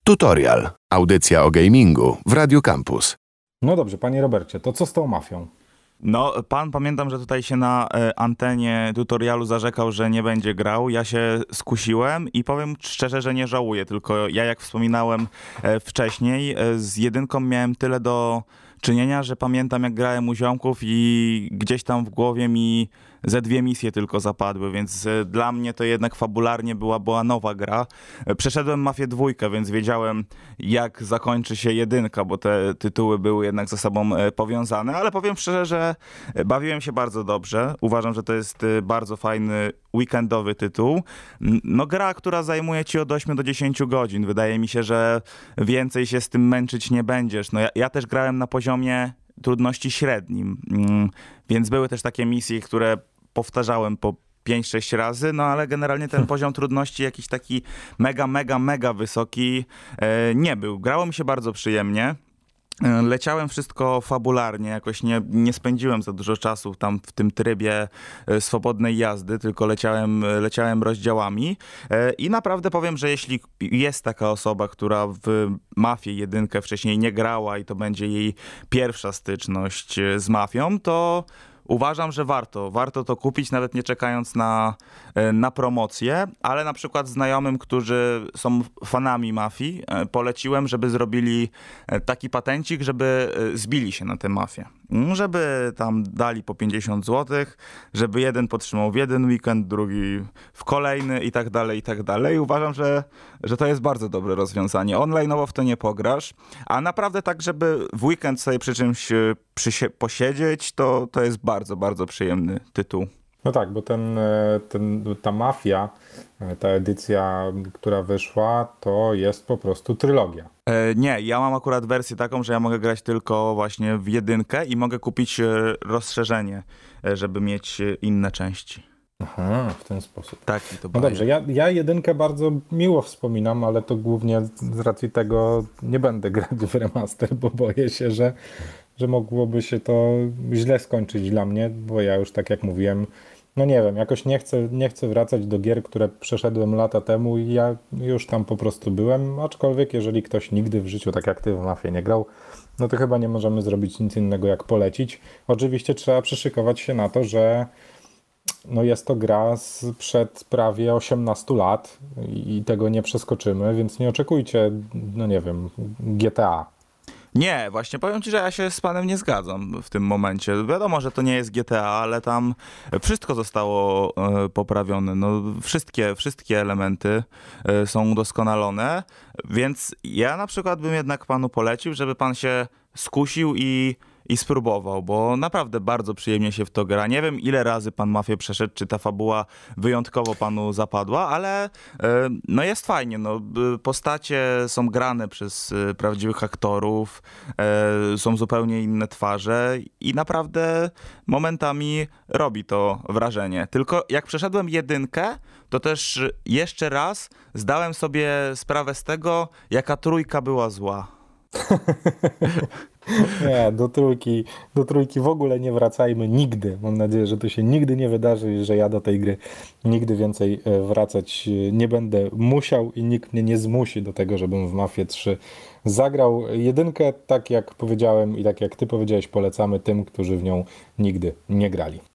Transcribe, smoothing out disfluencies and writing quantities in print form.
Tutorial. Audycja o gamingu w Radiu Campus. No dobrze, panie Robercie, to co z tą mafią? No, pan pamiętam, że tutaj się na antenie tutorialu zarzekał, że nie będzie grał. Ja się skusiłem i powiem szczerze, że nie żałuję, tylko ja, jak wspominałem wcześniej, z jedynką miałem tyle do czynienia, że pamiętam, jak grałem u ziomków i gdzieś tam w głowie mi ze 2 misje tylko zapadły, więc dla mnie to jednak fabularnie była nowa gra. Przeszedłem Mafię 2, więc wiedziałem, jak zakończy się jedynka, bo te tytuły były jednak ze sobą powiązane, ale powiem szczerze, że bawiłem się bardzo dobrze. Uważam, że to jest bardzo fajny weekendowy tytuł. No, gra, która zajmuje ci od 8 do 10 godzin. Wydaje mi się, że więcej się z tym męczyć nie będziesz. No, ja też grałem na poziomie trudności średnim, więc były też takie misje, które powtarzałem po 5-6 razy, no ale generalnie ten poziom trudności jakiś taki mega wysoki nie był. Grało mi się bardzo przyjemnie. Leciałem wszystko fabularnie, jakoś nie spędziłem za dużo czasu tam w tym trybie swobodnej jazdy, tylko leciałem rozdziałami i naprawdę powiem, że jeśli jest taka osoba, która w Mafię 1 wcześniej nie grała i to będzie jej pierwsza styczność z mafią, to uważam, że warto to kupić, nawet nie czekając na promocję, ale na przykład znajomym, którzy są fanami Mafii, poleciłem, żeby zrobili taki patencik, żeby zbili się na tę mafię. Żeby tam dali po 50 zł, żeby jeden potrzymał w jeden weekend, drugi w kolejny i tak dalej, i tak dalej. Uważam, że to jest bardzo dobre rozwiązanie. Online'owo w to nie pograsz, a naprawdę tak, żeby w weekend sobie przy czymś posiedzieć, to jest bardzo przyjemny tytuł. No tak, bo ta mafia, ta edycja, która wyszła, to jest po prostu trylogia. Nie, ja mam akurat wersję taką, że ja mogę grać tylko właśnie w 1 i mogę kupić rozszerzenie, żeby mieć inne części. Aha, w ten sposób. Tak, i to No bawię. dobrze, ja 1 bardzo miło wspominam, ale to głównie z racji tego nie będę grać w remaster, bo boję się, że mogłoby się to źle skończyć dla mnie, bo ja już tak jak mówiłem, no nie wiem, jakoś nie chcę wracać do gier, które przeszedłem lata temu i ja już tam po prostu byłem, aczkolwiek jeżeli ktoś nigdy w życiu, tak jak ty, w Mafię nie grał, no to chyba nie możemy zrobić nic innego jak polecić. Oczywiście trzeba przyszykować się na to, że no jest to gra sprzed prawie 18 lat i tego nie przeskoczymy, więc nie oczekujcie, no nie wiem, GTA. Nie, właśnie powiem ci, że ja się z panem nie zgadzam w tym momencie. Wiadomo, że to nie jest GTA, ale tam wszystko zostało poprawione. No, wszystkie elementy są udoskonalone, więc ja na przykład bym jednak panu polecił, żeby pan się skusił i spróbował, bo naprawdę bardzo przyjemnie się w to gra. Nie wiem, ile razy pan Mafię przeszedł, czy ta fabuła wyjątkowo panu zapadła, ale no jest fajnie. No, postacie są grane przez prawdziwych aktorów, są zupełnie inne twarze i naprawdę momentami robi to wrażenie. Tylko jak przeszedłem 1, to też jeszcze raz zdałem sobie sprawę z tego, jaka 3 była zła. Nie, do trójki w ogóle nie wracajmy nigdy. Mam nadzieję, że to się nigdy nie wydarzy i że ja do tej gry nigdy więcej wracać nie będę musiał i nikt mnie nie zmusi do tego, żebym w Mafię 3 zagrał. 1, tak jak powiedziałem i tak jak ty powiedziałeś, polecamy tym, którzy w nią nigdy nie grali.